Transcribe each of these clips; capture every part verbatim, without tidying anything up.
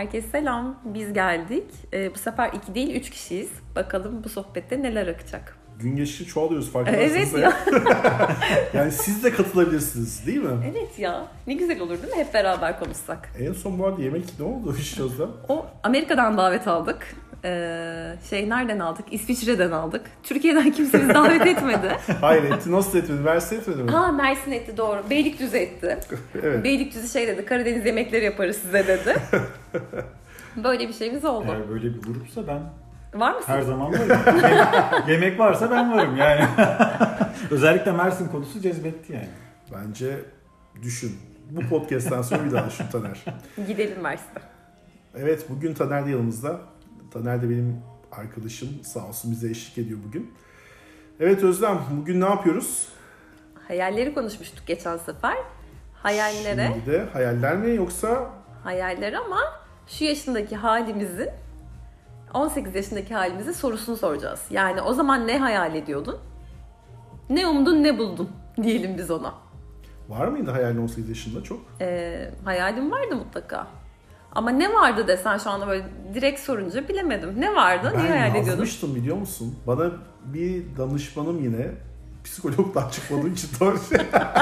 Herkese selam. Biz geldik. Ee, bu sefer iki değil üç kişiyiz. Bakalım bu sohbette neler akacak. Gün geçtikçe çoğalıyoruz farkındasınız. Evet ya. Yani siz de katılabilirsiniz değil mi? Evet ya. Ne güzel olur değil mi? Hep beraber konuşsak. En son bu arada yemek ne oldu işte o zaman? O Amerika'dan davet aldık. Ee, şey nereden aldık? İsviçre'den aldık. Türkiye'den kimse bizi davet etmedi. Hayır etti. Nasıl etmedi? Mersin etmedi mi? Ha Mersin etti doğru. Beylikdüzü etti. Evet. Beylikdüzü şey dedi. Karadeniz yemekleri yaparız size dedi. Böyle bir şeyimiz oldu. Eğer böyle bir grupsa ben Var mısın? her zaman varım. Yemek, yemek varsa ben varım yani. Özellikle Mersin konusu cezbetti yani. Bence düşün. Bu podcast'ten sonra bir daha düşün Taner. Gidelim Mersin'e. Evet bugün Taner de yanımızda. Taner de benim arkadaşım. Sağ olsun bize eşlik ediyor bugün. Evet Özlem bugün ne yapıyoruz? Hayalleri konuşmuştuk geçen sefer. Hayallere. Şimdi de hayaller mi yoksa? Hayaller ama şu yaşındaki halimizin on sekiz yaşındaki halimize sorusunu soracağız. Yani o zaman ne hayal ediyordun? Ne umdun ne buldun diyelim biz ona. Var mıydı hayalin on sekiz yaşında çok? Ee, hayalim vardı mutlaka. Ama ne vardı desen şu anda böyle direkt sorunca bilemedim. Ne vardı? Ben ne hayal ediyordun? Ben yazmıştım biliyor musun? Bana bir danışmanım yine psikologdan çıkmadığı için doğru şey.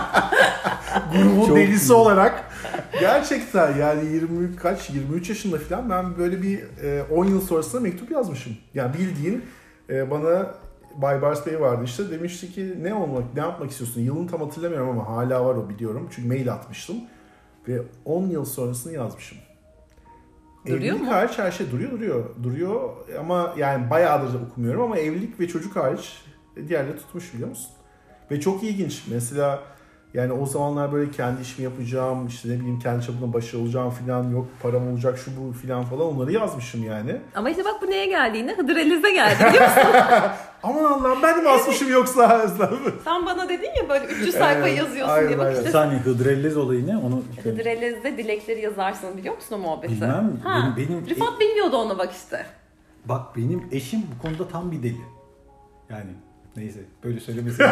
Grubun Çok delisi iyi. olarak gerçekten yani yirmi kaç yirmi üç yaşında falan ben böyle bir on yıl sonrasında mektup yazmışım. Yani bildiğin bana Baybars Bey vardı işte demişti ki ne olmak ne yapmak istiyorsun? Yılını tam hatırlamıyorum ama hala var o biliyorum. Çünkü mail atmıştım ve on yıl sonrasını yazmışım. Duruyor evlilik mu? hariç her şey duruyor duruyor. Duruyor ama yani bayağıdır da okumuyorum ama evlilik ve çocuk hariç diğerleri tutmuş biliyor musun? Ve çok ilginç. Mesela yani o zamanlar böyle kendi işimi yapacağım, işte ne bileyim kendi çapımda başarılı olacağım falan yok, param olacak şu bu falan falan onları yazmışım yani. Ama işte bak bu neye geldiğinde Hıdrellez'e geldi biliyor musun? Aman Allah'ım ben de mi asmışım yoksa Özlem? Sen bana dedin ya böyle üç yüz sayfa Evet, yazıyorsun aynen, diye bak aynen. işte. Bir saniye Hıdrellez olayı ne? Onu Hıdrellez'de dilekleri yazarsın biliyor musun o muhabbeti? bilmem. Ha, Benim, benim, Rıfat bilmiyordu onu bak işte. Bak benim eşim bu konuda tam bir deli. Yani neyse böyle söylemesin.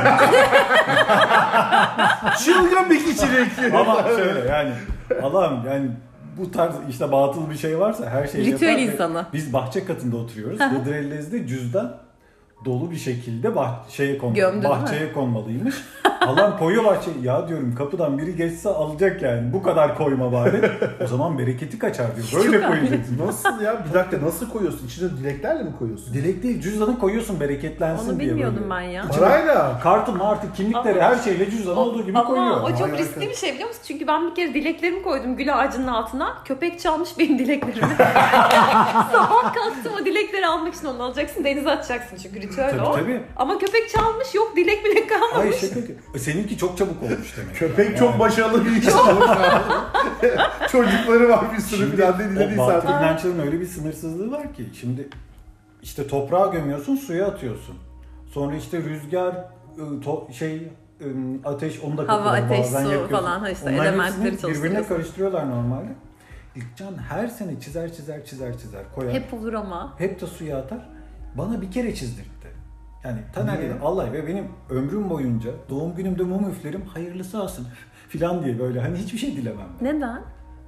Çılgın bir kişilik. Ama şöyle yani Allah'ım yani bu tarz işte batıl bir şey varsa her şeyi Ritüel yapar. insanı. Biz bahçe katında oturuyoruz. Hıdrellez'de cüzdan dolu bir şekilde bah- şeye kon- Gömdü, bahçeye konmalıymış. Allah'ım koyuyor bahçeye. Ya diyorum kapıdan biri geçse alacak yani. Bu kadar koyma bari. O zaman bereketi kaçar diyor. Böyle koyacaksın. Nasıl ya? Bir dakika nasıl koyuyorsun? İçine dileklerle mi koyuyorsun? Dilek değil cüzdanı koyuyorsun bereketlensin Onu diye. bilmiyordum böyle. ben ya. Parayla. Kartı martı kimlikleri Ama- her şeyle cüzdanı olduğu gibi Ama koyuyor. o çok Vay riskli arkadaş. bir şey biliyor musun? Çünkü ben bir kere dileklerimi koydum gül ağacının altına. Köpek çalmış benim dileklerimi. Sabah kalktım o dilekleri almak için onu alacaksın denize atacaksın çünkü ritüel Tabii, o. tabii. Ama köpek çalmış yok dilek bile kalmamış. Ay şaka. E, Seninki çok çabuk olmuş demek. Köpek Yani. çok başarılı bir iş olmuş. Çocukları var bir sürü Şimdi falan ne o dilediyse batıl artık. inançların öyle bir sınırsızlığı var ki. Şimdi işte toprağa gömüyorsun, suya atıyorsun. Sonra işte rüzgar, ı, to- şey, ı, ateş, onu da Hava, kapıdan ateş, bazen su yakıyorsun. falan, ha işte Onların elementleri hepsini birbirine çalıştırıyorsun. karıştırıyorlar normalde. İlkcan her sene çizer çizer çizer çizer koyar. Hep, Hep olur ama. Hep de suya atar. Bana bir kere çizdirtti. Yani Taner Niye? dedi Allah ve benim ömrüm boyunca doğum günümde mum üflerim hayırlısı olsun filan diye böyle hani hiçbir şey dilemem ben. Neden?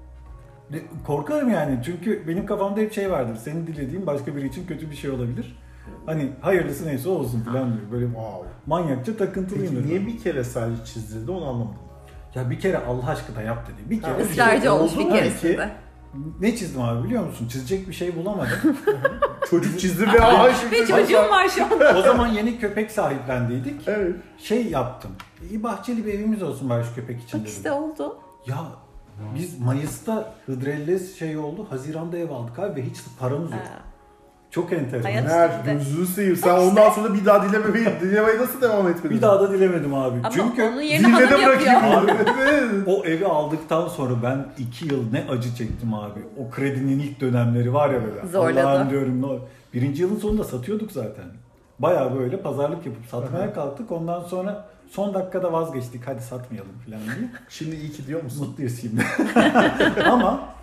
Korkarım yani çünkü benim kafamda hep şey vardır. Senin dilediğin başka biri için kötü bir şey olabilir. Hani hayırlısı neyse olsun falan diyor. Böyle Wow. manyakça takıntılıyım. Peki ben. niye bir kere sadece çizdirdi onu anlamadım. Ya bir kere Allah aşkına yap dedi. Bir kere Ha, bir şey Israrcı olmuş oldu bir mu keresinde. ki, ne çizdim abi biliyor musun? Çizecek bir şey bulamadım. Çocuk çizdi ve ay şimdi Ve çocuk- çocuğum var şu an. O zaman yeni köpek sahiplendiydik. Evet. Şey yaptım. İyi bahçeli bir evimiz olsun bari şu köpek için Bak dedim. işte oldu. Ya biz Mayıs'ta Hıdrellez şey oldu. Haziran'da ev aldık abi ve hiç paramız yok. Ha. Çok enteresan. Hayat- Mer işte. gözünü seveyim. Sen ondan sonra bir daha dilememeyi, dilemeye nasıl devam etmedin? Bir daha da dilemedim abi. Ama Çünkü onun yerine Zirvede hanım yapıyor. bırakayım. Evet. o evi aldıktan sonra ben iki yıl ne acı çektim abi. O kredinin ilk dönemleri var ya böyle. Zorladı. Allah'ım diyorum. No. Birinci yılın sonunda satıyorduk zaten. Bayağı böyle pazarlık yapıp satmaya kalktık. Ondan sonra son dakikada vazgeçtik. Hadi satmayalım falan diye. Şimdi iyi ki diyor musun? Mutluyuz şimdi. Ama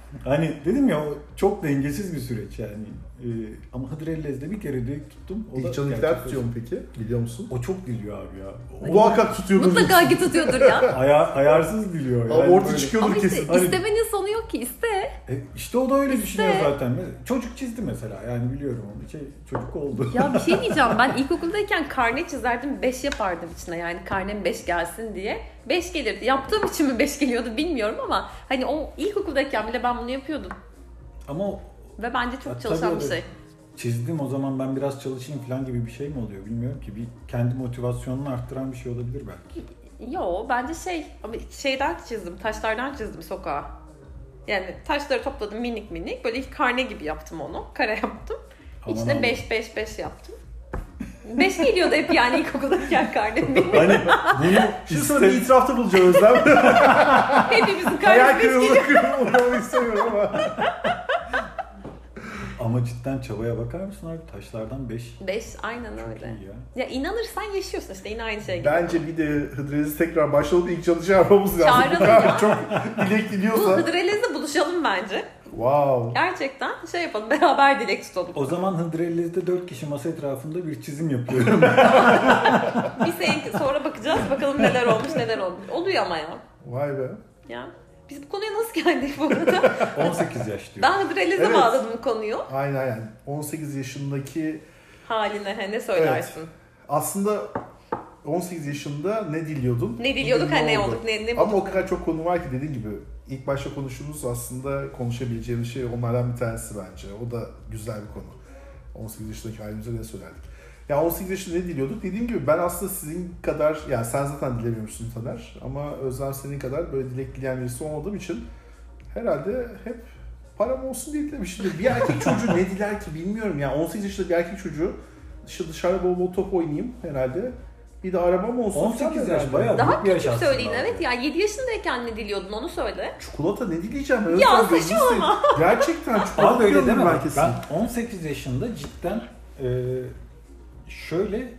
Hani dedim ya o çok dengesiz bir süreç yani. Ee, ama Hıdrellez'de bir kere direkt tuttum. O İlk da canı gerçekten- tutuyor mu peki? Biliyor musun? O çok gülüyor abi ya. O Muhakkak tutuyordur. Mutlaka ki tutuyordur ya. aya- ayarsız gülüyor. Ama Yani ortaya böyle- çıkıyordur Ama işte kesin. Hani- istemenin sonu yok ki, iste. E, işte o da öyle İşte. düşünüyor zaten. Çocuk çizdi mesela yani biliyorum onu. Şey, çocuk oldu. Ya bir şey diyeceğim, ben ilkokuldayken karne çizerdim, beş yapardım içine, yani karnem beş gelsin diye. beş gelirdi. Yaptığım için mi beş geliyordu bilmiyorum ama hani o ilkokuldayken bile ben bunu yapıyordum. Ama o- Ve bence çok Ya çalışan tabii bir şey. çizdim o zaman ben biraz çalışayım falan gibi bir şey mi oluyor bilmiyorum ki. Bir kendi motivasyonunu arttıran bir şey olabilir belki. Yo, bence şey, ama şeyden çizdim, taşlardan çizdim sokağa. Yani taşları topladım minik minik, böyle ilk karne gibi yaptım onu, kare yaptım. Aman İçine Allah'ım. beş beş beş yaptım. beş geliyordu hep yani ilkokuldayken karnem benim. Hani bunu Şimdi sana bir iste... itirafta bulacağım Özlem. Hepimizin Hayal karnesi beş geliyor. kırıklığı uğramak istemiyorum ama. Ama cidden çabaya bakar mısın abi? Taşlardan beş. beş, aynen Çok öyle. iyi ya. Ya inanırsan yaşıyorsun işte, yine aynı şey gibi. Bence bir de Hıdrellez'i tekrar başlayıp ilk çalışı yapmamız lazım. Çağıralım Bu kadar ya. çok dilek Bu diliyorsa. Hıdrellez'de buluşalım bence. Wow. Gerçekten şey yapalım, beraber dilek tutalım. O zaman Hıdrellez'de dört kişi masa etrafında bir çizim yapıyorum. Bir sene sonra bakacağız, bakalım neler olmuş neler olmuş. Oluyor ama ya. Vay be. Ya. Biz bu konuya nasıl geldik bu arada? on sekiz yaş diyor. Ben Hıdrellez'e Evet. bağladım bu konuyu. Aynen yani. on sekiz yaşındaki Haline he, ne söylersin? aslında on sekiz yaşında ne diliyordun? Ne diliyorduk, Bugün ha ne oldu? olduk, ne, ne Ama bulduk? o kadar çok konu var ki dediğin gibi ilk başta konuştuğumuz aslında konuşabileceğimiz şey onlardan bir tanesi bence. O da güzel bir konu. on sekiz yaşındaki halimize ne söylerdik? Ya on sekiz yaşında ne diliyorduk? Dediğim gibi ben aslında sizin kadar, yani sen zaten dilemiyormuşsun Taner ama Özlem senin kadar böyle dilek dileyen birisi olmadığım için herhalde hep param olsun diye dilemişimdir. Bir erkek çocuğu ne diler ki bilmiyorum ya. on sekiz yaşında bir erkek çocuğu işte dışarıda bol bol top oynayayım herhalde. Bir de arabam olsun. on sekiz falan yaş herhalde. bayağı Daha büyük bir yaş küçük aslında söyleyin, abi. evet ya. yedi yaşındayken ne diliyordun, onu söyle. Çikolata ne dileyeceğim? Ben Ya Özlem, gözünü saçmalama. seveyim. Gerçekten çikolata Abi öyle diyorum deme. ben Bak, kesin. ben on sekiz yaşında cidden e, şöyle e,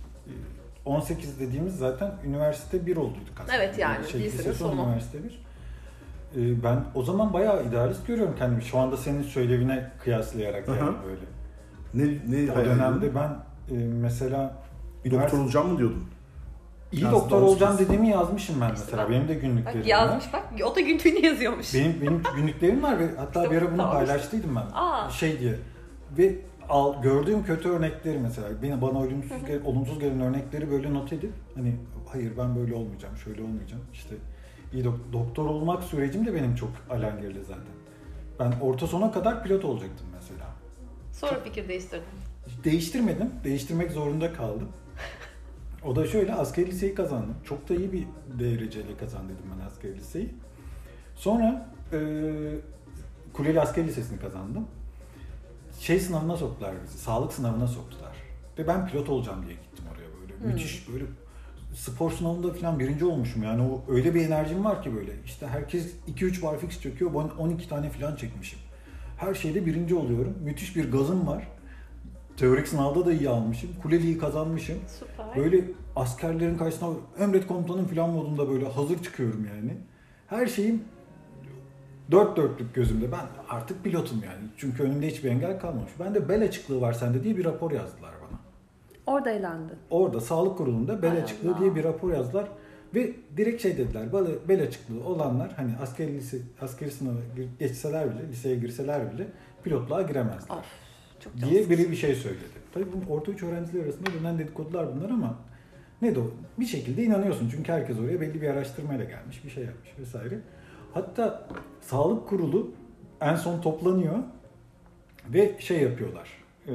on sekiz dediğimiz zaten üniversite bir olduyduk aslında. Evet yani, şey, lisenin lise son, sonu. üniversite bir. E, ben o zaman bayağı idealist görüyorum kendimi. Şu anda senin söylevine kıyaslayarak yani Aha. böyle. Ne, ne O hayal dönemde ediyordun? ben e, mesela Bir doktor olacağım mı diyordun? iyi Biraz doktor daha olacağım olsun. dediğimi yazmışım ben İşte mesela. bak. Benim de Bak günlüklerim yazmış var. bak, o da günlüğünü yazıyormuş. Benim benim günlüklerim var ve hatta İşte bir ara bunu tamam işte. paylaştıydım ben. Aa. Şey diye. Ve al, gördüğüm kötü örnekleri mesela beni bana olumsuz, gel, olumsuz gelen örnekleri böyle not edip hani hayır ben böyle olmayacağım, şöyle olmayacağım. İşte iyi dok- doktor olmak sürecim de benim çok alengirli zaten. Ben orta sona kadar pilot olacaktım mesela. Sonra fikir değiştirdim. Değiştirmedim. Değiştirmek zorunda kaldım. O da şöyle, askeri liseyi kazandım. Çok da iyi bir dereceyle kazandıydım ben askeri liseyi. Sonra e, Kuleli Askeri Lisesi'ni kazandım. Şey sınavına soktular bizi, sağlık sınavına soktular. Ve ben pilot olacağım diye gittim oraya böyle. Hmm. Müthiş böyle spor sınavında falan birinci olmuşum yani o öyle bir enerjim var ki böyle. İşte herkes iki üç barfix çekiyor, ben on iki tane falan çekmişim. Her şeyde birinci oluyorum. Müthiş bir gazım var. Teorik sınavda da iyi almışım. Kuleli'yi kazanmışım. Süper. Böyle askerlerin karşısına emret komutanım falan modunda böyle hazır çıkıyorum yani. Her şeyim dört dörtlük gözümde. Ben artık pilotum yani. Çünkü önümde hiçbir engel kalmamış. Ben de bel açıklığı var sende diye bir rapor yazdılar bana. Orada eğlendi. Orada sağlık kurulunda bel Hay açıklığı Allah. diye bir rapor yazdılar. Ve direkt şey dediler, bel, bel açıklığı olanlar hani askeri lise, askeri sınavı geçseler bile, liseye girseler bile pilotluğa giremezler. Of, çok Diye cansız. biri bir şey söyledi. Tabii bu orta üç öğrenciler arasında dönen dedikodular bunlar ama ne de o, bir şekilde inanıyorsun. Çünkü herkes oraya belli bir araştırmayla gelmiş, bir şey yapmış vesaire. Hatta sağlık kurulu en son toplanıyor ve şey yapıyorlar. Ee,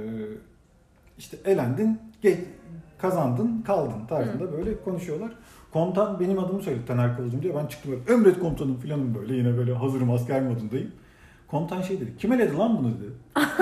işte elendin, ge- kazandın, kaldın tarzında Hı. böyle konuşuyorlar. Komutan benim adımı söyledi, Taner Kıvılcım diye. Ben çıktım böyle, emret komutanım filanım böyle. Yine böyle hazırım, asker modundayım. Komutan şey dedi, kim eledi lan bunu dedi.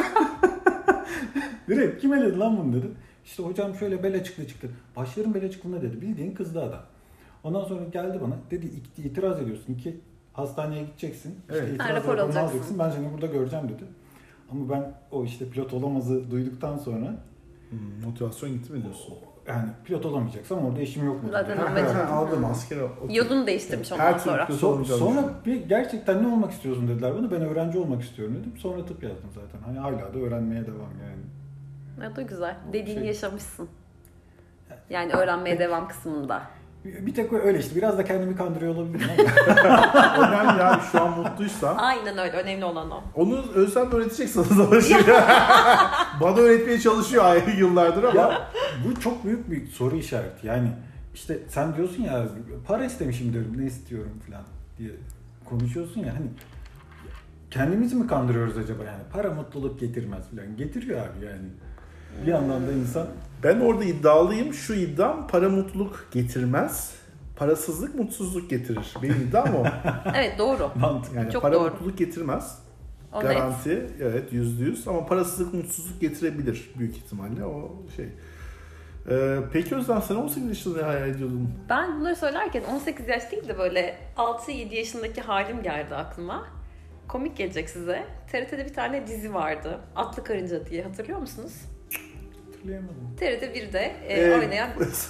Direkt kim eledi lan bunu dedi. İşte hocam şöyle bel açıklığı çıktı. Başlarım bel açıklığına dedi. Bildiğin kızdı adam. Ondan sonra geldi bana dedi itiraz ediyorsun ki hastaneye gideceksin. İşte Evet. itiraz Ha, rapor raporunu alacaksın. alacaksın. Ben seni burada göreceğim dedi. Ama ben o işte pilot olamazı duyduktan sonra Hmm, motivasyon gitti mi diyorsun? yani pilot olamayacaksam orada işim yok mu? Zaten Ha, amacım. ha, Aldım asker. Okay. Yolunu değiştirmiş ondan Her türlü sonra. pilot So- olmayacağını sonra düşünüyorum. bir gerçekten ne olmak istiyorsun dediler bana. Ben öğrenci olmak istiyorum dedim. Sonra tıp yazdım zaten. Hani hala da öğrenmeye devam yani. Ne da güzel. Dediğini Şey- yaşamışsın. Yani öğrenmeye devam kısmında. Bir bir tek öyle işte. Biraz da kendimi kandırıyor olabilirim ama. Önemli yani şu an mutluysa. Aynen öyle. Önemli olan o. Onu Özlem öğretecek sana savaşı. Bana öğretmeye çalışıyor ayrı yıllardır ama. Ya bu çok büyük bir soru işareti. Yani işte sen diyorsun ya para istemişim diyorum ne istiyorum falan diye konuşuyorsun ya hani kendimizi mi kandırıyoruz acaba yani para mutluluk getirmez falan getiriyor abi yani bir yandan da insan Ben orada iddialıyım. Şu iddiam para mutluluk getirmez. Parasızlık mutsuzluk getirir. Benim iddiam o. Evet doğru. mantıklı. Yani Çok para doğru. mutluluk getirmez. O net. Garanti. Evet yüzde yüz. Ama parasızlık mutsuzluk getirebilir büyük ihtimalle. O şey. Ee, peki Özlem sen on sekiz yaşında ne hayal ediyordun? Ben bunları söylerken on sekiz yaş değil de böyle altı yedi yaşındaki halim geldi aklıma. Komik gelecek size. T R T'de bir tane dizi vardı. Atlı Karınca diye hatırlıyor musunuz? Hatırlayamadım. T R T birde e, Ee, oynayan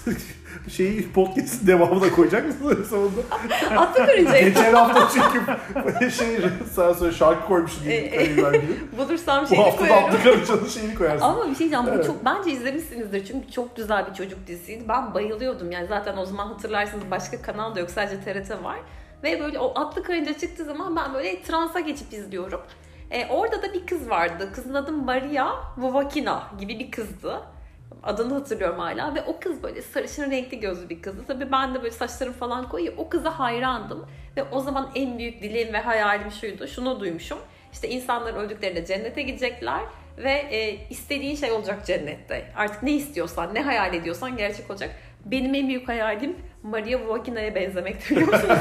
şeyi podcast'in devamına koyacak mısın sonunda? Atlı Karınca'yı Geçen hafta çünkü şey sana sonra şarkı koymuşsun gibi Ee, kayıtlar gibi. bulursam Bu şeyini hafta da koyarım. Atlı Karınca'nın şeyini koyarsın. Ama bir şey diyeceğim, bu Evet. çok bence izlemişsinizdir çünkü çok güzel bir çocuk dizisiydi. Ben bayılıyordum yani zaten o zaman hatırlarsınız başka kanal da yok sadece T R T var. Ve böyle o Atlı Karınca çıktığı zaman ben böyle transa geçip izliyorum. Ee, orada da bir kız vardı. Kızın adı Maria Vovakina gibi bir kızdı. Adını hatırlıyorum hala ve o kız böyle sarışın renkli gözlü bir kızdı. Tabii ben de böyle saçlarım falan koyuyor. O kıza hayrandım ve o zaman en büyük dileğim ve hayalim şuydu. Şunu duymuşum. İşte insanlar öldüklerinde cennete gidecekler ve e, istediğin şey olacak cennette. Artık ne istiyorsan, ne hayal ediyorsan gerçek olacak. Benim en büyük hayalim Maria Vovakina'ya benzemekti biliyor musunuz?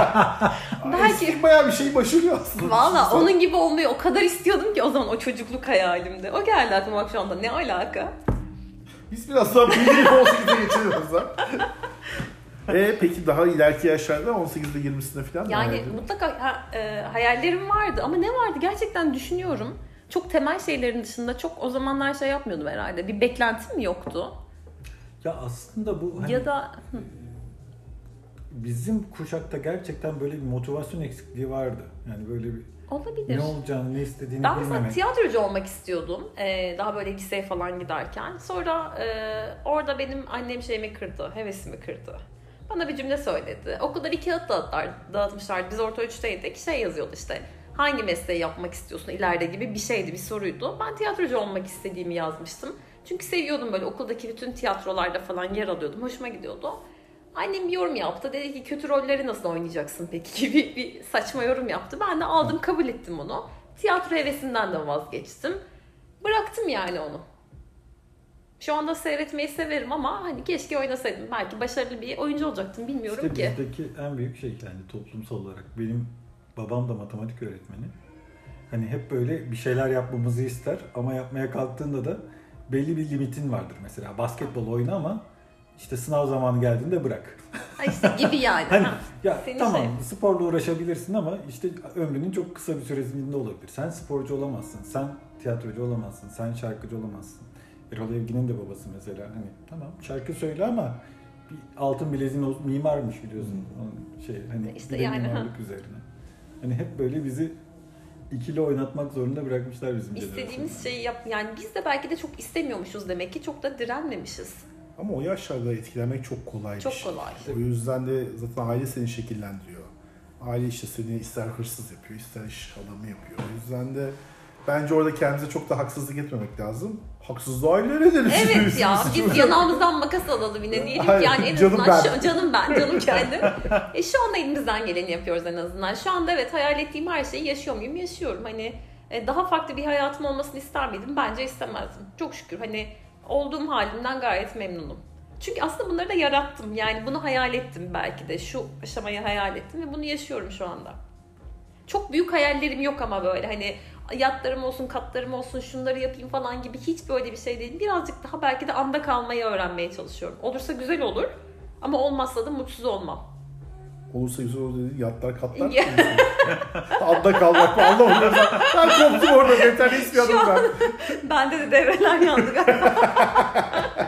Belki bayağı bir şey başarıyor aslında. Valla onun gibi olmayı o kadar istiyordum ki o zaman o çocukluk hayalimdi. O geldi aklıma bak şu anda ne alaka? Biz biraz daha büyük on sekize geçiyoruz ha. E peki daha ileriki yaşlarda on sekizde yirmisinde falan mı Yani hayal ediyorsun? mutlaka ha, e, hayallerim vardı ama ne vardı gerçekten düşünüyorum. Çok temel şeylerin dışında çok o zamanlar şey yapmıyordum herhalde. Bir beklentim mi yoktu? Ya aslında bu hani Ya da bizim kuşakta gerçekten böyle bir motivasyon eksikliği vardı. Yani böyle bir olabilir. ne olacağını, ne istediğini Ben mesela bilmemek. tiyatrocu olmak istiyordum. Ee, daha böyle liseye falan giderken. Sonra e, orada benim annem şeyimi kırdı, hevesimi kırdı. Bana bir cümle söyledi. Okulda bir kağıt dağıttılar, dağıtmışlardı. Biz orta üçteydik. Şey yazıyordu işte. Hangi mesleği yapmak istiyorsun ileride gibi bir şeydi, bir soruydu. Ben tiyatrocu olmak istediğimi yazmıştım. Çünkü seviyordum böyle okuldaki bütün tiyatrolarda falan yer alıyordum. Hoşuma gidiyordu. Annem bir yorum yaptı. Dedi ki kötü rolleri nasıl oynayacaksın peki gibi bir saçma yorum yaptı. Ben de aldım kabul ettim onu. Tiyatro hevesinden de vazgeçtim. Bıraktım yani onu. Şu anda seyretmeyi severim ama hani keşke oynasaydım. Belki başarılı bir oyuncu olacaktım bilmiyorum İşte ki. bizdeki en büyük şey yani toplumsal olarak. Benim babam da matematik öğretmeni. Hani hep böyle bir şeyler yapmamızı ister ama yapmaya kalktığında da belli bir limitin vardır. Mesela basketbol oyna ama işte sınav zamanı geldiğinde bırak. Ha işte gibi yani. Hani Ha. ya Senin tamam şey. sporla uğraşabilirsin ama işte ömrünün çok kısa bir süresinde olabilir. Sen sporcu olamazsın, sen tiyatrocu olamazsın, sen şarkıcı olamazsın. Erol Evgin'in de babası mesela hani tamam şarkı söyle ama bir altın bileziğin olsun, mimarmış biliyorsun. Onun şey hani İşte bir de yani, mimarlık ha. üzerine. Hani hep böyle bizi ikili oynatmak zorunda bırakmışlar bizim İstediğimiz jenerasyonu. şeyi yap. Yani biz de belki de çok istemiyormuşuz demek ki. Çok da direnmemişiz. Ama o yaşlarda etkilenmek çok kolay bir Çok şey. kolay. O yüzden de zaten aile seni şekillendiriyor. Aile işte seni ister hırsız yapıyor, ister iş adamı yapıyor. O yüzden de bence orada kendimize çok da haksızlık etmemek lazım. Haksızlığı ailelere deriz. Evet ya biz yanağımızdan makas alalım yine diyelim ki Hayır, yani en canım azından ben. Şu, canım ben, canım kendim. E şu anda elimizden geleni yapıyoruz en azından. Şu anda evet hayal ettiğim her şeyi yaşıyor muyum? Yaşıyorum. Hani e, daha farklı bir hayatım olmasını ister miydim? Bence istemezdim. Çok şükür hani olduğum halimden gayet memnunum. Çünkü aslında bunları da yarattım. Yani bunu hayal ettim belki de. Şu aşamayı hayal ettim ve bunu yaşıyorum şu anda. Çok büyük hayallerim yok ama böyle hani yatlarım olsun, katlarım olsun, şunları yapayım falan gibi hiç böyle bir şey değil. Birazcık daha belki de anda kalmayı öğrenmeye çalışıyorum. Olursa güzel olur ama olmazsa da mutsuz olmam. Olursa güzel olur dedi. Yatlar katlar. Anda kalmak falan oluyor. Ben koptum orada. Beter hiçbir Şu adım an- ben. Bende de devreler yandı galiba.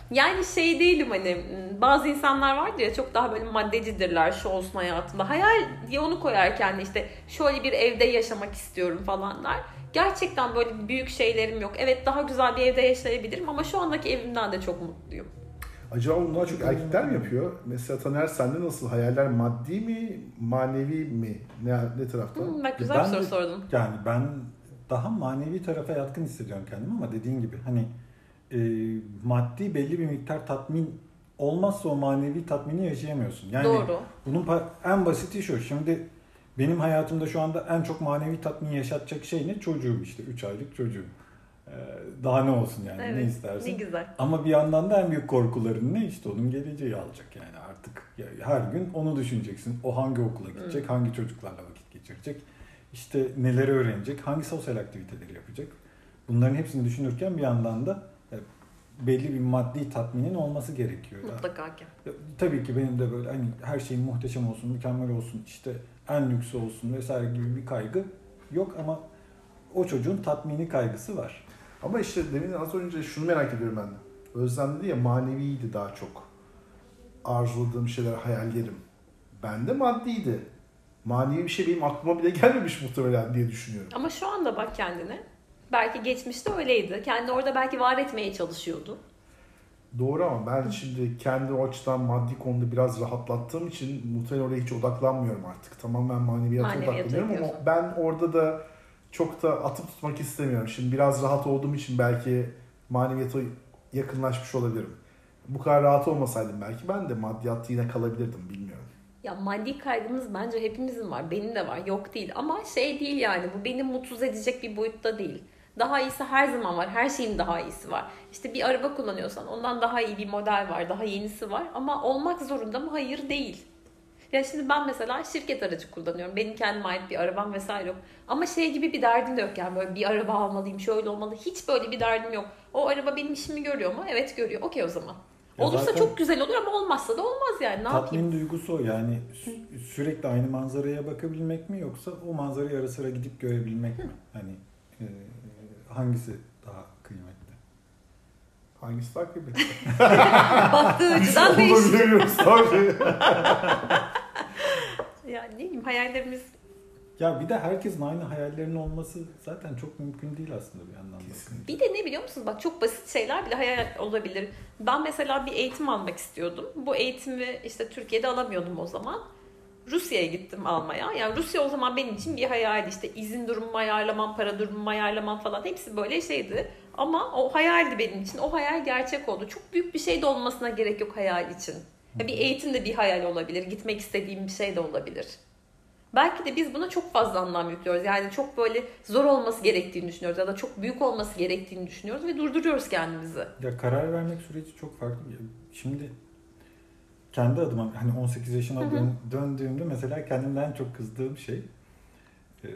Yani şey değilim hani bazı insanlar vardır ya çok daha böyle maddecidirler şu olsun hayatımda. Hayal diye onu koyarken de işte şöyle bir evde yaşamak istiyorum falanlar. Gerçekten böyle büyük şeylerim yok. Evet daha güzel bir evde yaşayabilirim ama şu andaki evimden de çok mutluyum. Acaba bunlar çok erkekler mi yapıyor? Mesela Taner sende nasıl? Hayaller maddi mi, manevi mi? Ne, ne tarafta? Hmm, bak güzel Ben bir soru de- sordun. Yani ben daha manevi tarafa yatkın hissediyorum kendimi ama dediğin gibi hani e, maddi belli bir miktar tatmin olmazsa o manevi tatmini yaşayamıyorsun. Yani Doğru. bunun pa- en basiti şu. Şimdi benim hayatımda şu anda en çok manevi tatmin yaşatacak şey ne? Çocuğum işte. üç aylık çocuğum. Ee, daha ne olsun yani Evet, ne istersin. ne güzel. Ama bir yandan da en büyük korkuların ne? İşte onun geleceği alacak yani artık. Yani her gün onu düşüneceksin. O hangi okula gidecek, Hmm. hangi çocuklarla vakit geçirecek, işte neleri öğrenecek, hangi sosyal aktiviteleri yapacak. Bunların hepsini düşünürken bir yandan da e, belli bir maddi tatminin olması gerekiyor. Mutlaka ki. Ya, tabii ki benim de böyle hani her şeyin muhteşem olsun, mükemmel olsun, işte en lüksü olsun vesaire gibi bir kaygı yok ama o çocuğun tatmini kaygısı var. Ama işte demin az önce şunu merak ediyorum ben de. Özlem dedi ya maneviydi daha çok. Arzuladığım şeyler, hayallerim. Bende maddiydi. Manevi bir şey benim aklıma bile gelmemiş muhtemelen diye düşünüyorum. Ama şu anda bak kendine. Belki geçmişte öyleydi. Kendi orada belki var etmeye çalışıyordu. Doğru ama ben şimdi kendi o açıdan maddi konuda biraz rahatlattığım için muhtemelen oraya hiç odaklanmıyorum artık. Tamamen maneviyata Maneviyata odaklanıyorum ama gidiyorsun. ben orada da çok da atıp tutmak istemiyorum. Şimdi biraz rahat olduğum için belki maneviyata yakınlaşmış olabilirim. Bu kadar rahat olmasaydım belki ben de maddiyatta yine kalabilirdim bilmiyorum. Ya maddi kaygımız bence hepimizin var. Benim de var. Yok değil. Ama şey değil yani. Bu beni mutsuz edecek bir boyutta değil. Daha iyisi her zaman var. Her şeyin daha iyisi var. İşte bir araba kullanıyorsan ondan daha iyi bir model var. Daha yenisi var. Ama olmak zorunda mı? Hayır değil. Ya şimdi ben mesela şirket aracı kullanıyorum. Benim kendime ait bir arabam vesaire yok. Ama şey gibi bir derdim de yok yani böyle bir araba almalıyım, şöyle olmalı. Hiç böyle bir derdim yok. O araba benim işimi görüyor mu? Evet görüyor. Okey o zaman. Ya Olursa zaten çok güzel olur ama olmazsa da olmaz yani. Ne tatmin yapayım? duygusu o yani sü- sürekli aynı manzaraya bakabilmek mi yoksa o manzarayı ara sıra gidip görebilmek mi? Hani e, hangisi daha kıymetli? Hangisi daha kıymetli? Baktığı Biz açıdan onu değişir. bilemiyoruz tabii. Yani ne bileyim hayallerimiz Ya bir de herkesin aynı hayallerinin olması zaten çok mümkün değil aslında bir yandan da. Kesinlikle. bir de ne biliyor musunuz? Bak çok basit şeyler bile hayal olabilir. Ben mesela bir eğitim almak istiyordum. Bu eğitimi işte Türkiye'de alamıyordum o zaman. Rusya'ya gittim almaya. Yani Rusya o zaman benim için bir hayaldi. İşte izin durumumu ayarlamam, para durumumu ayarlamam falan hepsi böyle şeydi. Ama o hayaldi benim için. O hayal gerçek oldu. Çok büyük bir şey de olmasına gerek yok hayal için. Ya bir eğitim de bir hayal olabilir. Gitmek istediğim bir şey de olabilir. Belki de biz buna çok fazla anlam yüklüyoruz. Yani çok böyle zor olması gerektiğini düşünüyoruz ya da çok büyük olması gerektiğini düşünüyoruz ve durduruyoruz kendimizi. Ya karar vermek süreci çok farklı. Şimdi kendi adıma hani on sekiz yaşına Hı hı. dön- döndüğümde mesela kendimden çok kızdığım şey e,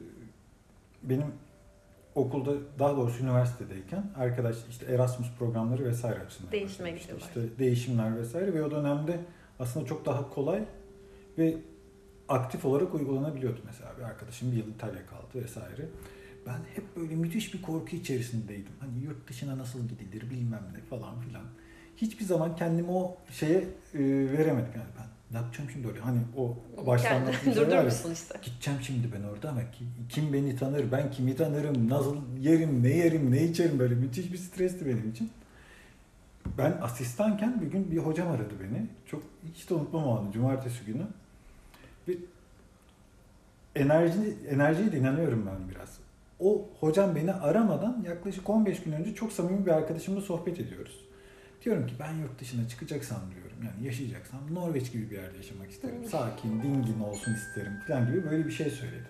benim okulda daha doğrusu üniversitedeyken arkadaş işte Erasmus programları vesaire açısından Değişime başlamıştı. gidiyorlar. İşte değişimler vesaire ve o dönemde aslında çok daha kolay ve aktif olarak uygulanabiliyordu mesela. Bir arkadaşım bir yıl İtalya kaldı vesaire. Ben hep böyle müthiş bir korku içerisindeydim. Hani yurt dışına nasıl gidilir bilmem ne falan filan. Hiçbir zaman kendimi o şeye e, veremedim yani ben. Ne yapacağım şimdi öyle? Hani o baştan Kendini anlattığım şey var ya, durdurmuşsun işte. gideceğim şimdi ben orada ama ki- kim beni tanır, ben kimi tanırım, nasıl yerim, ne yerim, ne içerim böyle müthiş bir stresti benim için. Ben asistanken bir gün bir hocam aradı beni. Çok hiç de unutmam o anı, cumartesi günü. Ve enerji, enerjiye de inanıyorum ben biraz. O hocam beni aramadan yaklaşık on beş gün önce çok samimi bir arkadaşımla sohbet ediyoruz. Diyorum ki ben yurt dışına çıkacaksam diyorum yani yaşayacaksam Norveç gibi bir yerde yaşamak isterim. Sakin, dingin olsun isterim falan gibi böyle bir şey söyledim.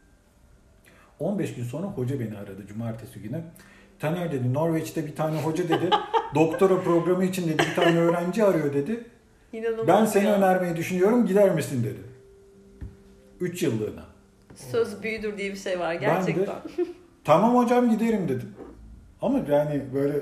on beş gün sonra hoca beni aradı cumartesi günü. Taner dedi Norveç'te bir tane hoca dedi doktora programı için dedi bir tane öğrenci arıyor dedi. İnanılmaz Ben seni ya. önermeyi düşünüyorum gider misin dedi. üç yıllığına. Söz büyüdür diye bir şey var Ben de- gerçekten. Tamam hocam giderim dedim. Ama yani böyle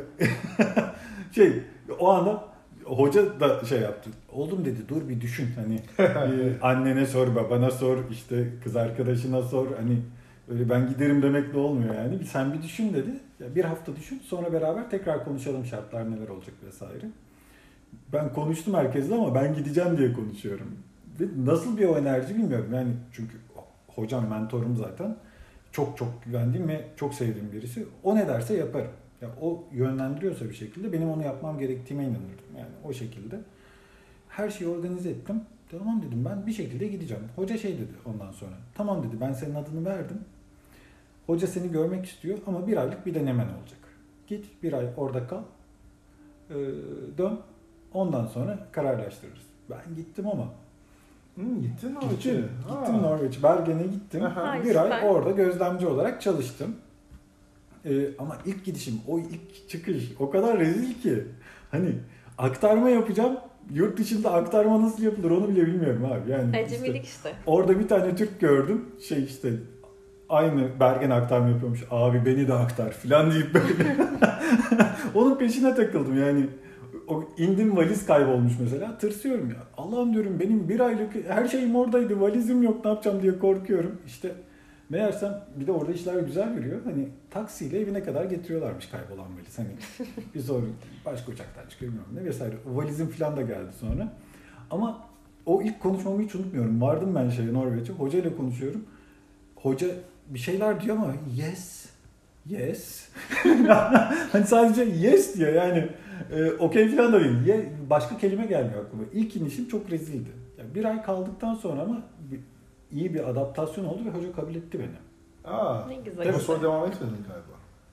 şey o anda hoca da şey yaptı. Oğlum dedi dur bir düşün hani bir annene sor, babana sor, işte kız arkadaşına sor. Hani öyle ben giderim demekle olmuyor yani. Bir sen bir düşün dedi. Ya bir hafta düşün, sonra beraber tekrar konuşalım şartlar neler olacak vesaire. Ben konuştum herkesle ama ben gideceğim diye konuşuyorum. Ve nasıl bir o enerji bilmiyorum. Yani çünkü hocam, mentorum zaten. Çok çok güvendiğim ve çok sevdiğim birisi. O ne derse yaparım. Ya o yönlendiriyorsa bir şekilde benim onu yapmam gerektiğime inanırdım. Yani o şekilde. Her şeyi organize ettim. Tamam dedim, ben bir şekilde gideceğim. Hoca şey dedi ondan sonra. Tamam dedi, ben senin adını verdim. Hoca seni görmek istiyor ama bir aylık bir denemen olacak. Git bir ay orada kal. Ee, dön. Ondan sonra kararlaştırırız. Ben gittim ama. Hmm, gittin Norveç'e. Gittim, gittim Norveç. Bergen'e gittim. Ay, bir süper. ay orada gözlemci olarak çalıştım. Ee, ama ilk gidişim, o ilk çıkış o kadar rezil ki. Hani aktarma yapacağım. Yurt dışında aktarma nasıl yapılır onu bile bilmiyorum abi. Yani Ecemilik işte, işte. orada bir tane Türk gördüm. Şey işte aynı Bergen aktarma yapıyormuş. Abi beni de aktar falan deyip böyle. Onun peşine takıldım yani. O indim, valiz kaybolmuş mesela. Tırsıyorum ya. Allah'ım diyorum, benim bir aylık her şeyim oradaydı. Valizim yok, ne yapacağım diye korkuyorum. İşte meğersem bir de orada işler güzel yürüyor. Hani taksiyle evine kadar getiriyorlarmış kaybolan valiz. Hani bir sonra başka uçaktan çıkıyor bilmem ne vesaire. O valizim falan da geldi sonra. Ama o ilk konuşmamı hiç unutmuyorum. Vardım ben şeye, Norveç'e. Hoca ile konuşuyorum. Hoca bir şeyler diyor ama yes, yes. Hani sadece yes diyor yani. E, okey falan da değil. Ye, başka kelime gelmiyor aklıma. İlk inişim çok rezildi. Yani bir ay kaldıktan sonra ama bir, iyi bir adaptasyon oldu ve hoca kabul etti beni. Aa, Ne güzel. ama işte. sonra devam etmedin galiba.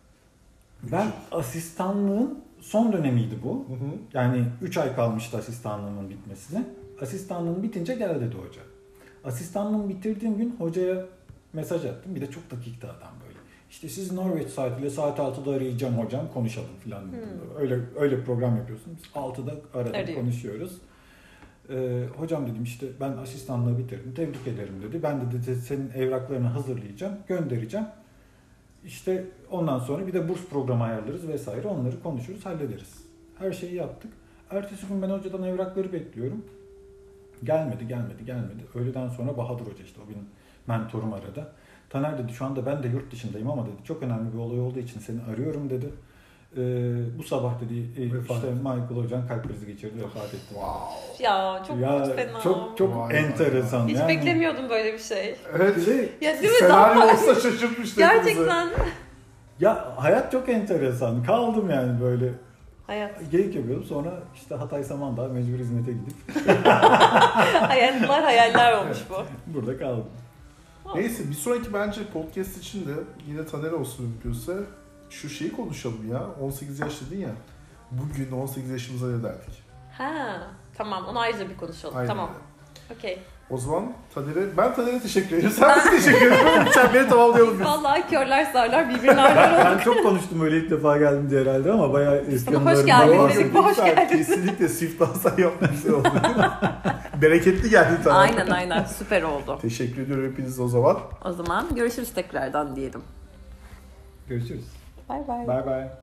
Ben asistanlığın son dönemiydi bu. Hı hı. Yani üç ay kalmıştı asistanlığımın bitmesine. Asistanlığım bitince gel dedi hoca. Asistanlığımı bitirdiğim gün hocaya mesaj attım. Bir de çok dakikti adam böyle. İşte siz Norveç saatiyle saat altıda arayacağım hocam, konuşalım falan. Hmm. Öyle öyle program yapıyorsunuz. altıda aradım, Arıyor. konuşuyoruz. Ee, hocam dedim işte ben asistanlığı bitirdim. Tebrik ederim dedi. Ben de dedi senin evraklarını hazırlayacağım, göndereceğim. İşte ondan sonra bir de burs programı ayarlarız vesaire. Onları konuşuruz, hallederiz. Her şeyi yaptık. Ertesi gün ben hocadan evrakları bekliyorum. Gelmedi, gelmedi, gelmedi. Öğleden sonra Bahadır Hoca, işte o benim mentorum, aradı. Taner dedi, şu anda ben de yurt dışındayım ama dedi çok önemli bir olay olduğu için seni arıyorum dedi. Ee, bu sabah dedi e, işte Michael Hocan kalp krizi geçirdi, vefat etti. Wow. Ya çok Ya fena. çok çok Vay enteresan. Hiç yani. beklemiyordum böyle bir şey. Evet. Bir de- Ya değil mi? Senaryo Daha- olsa şaşırtmıştı. Gerçekten. Ya hayat çok enteresan. Kaldım yani böyle. Hayat. Geyik yapıyordum. Sonra işte Hatay Samandağ mecbur hizmete gidip Hayaller hayaller olmuş bu. burada kaldım. Neyse, bir sonraki bence podcast için de yine Taner olsun mümkünse şu şeyi konuşalım ya. on sekiz yaş dedin ya. Bugün on sekiz yaşımıza ne derdik? Ha, tamam, onu ayrıca bir konuşalım. Aynen Tamam. öyle. Okey. O zaman Taner'e, ben Taner'e teşekkür ederim. Sen de teşekkür ederim. Sen beni tamamlayalım biz. Vallahi körler sarlar birbirine arlar Ben, oldu. ben çok konuştum öyle ilk defa geldim diye herhalde ama bayağı eski Ama hoş anılarım geldin var. dedik. Hoş geldin. Kesinlikle siftahsan yapmışlar oldu. Bereketli geldi Taner. Aynen aynen, süper oldu. Teşekkür ediyorum hepinize o zaman. O zaman görüşürüz tekrardan diyelim. Görüşürüz. Bay bay. Bye bye.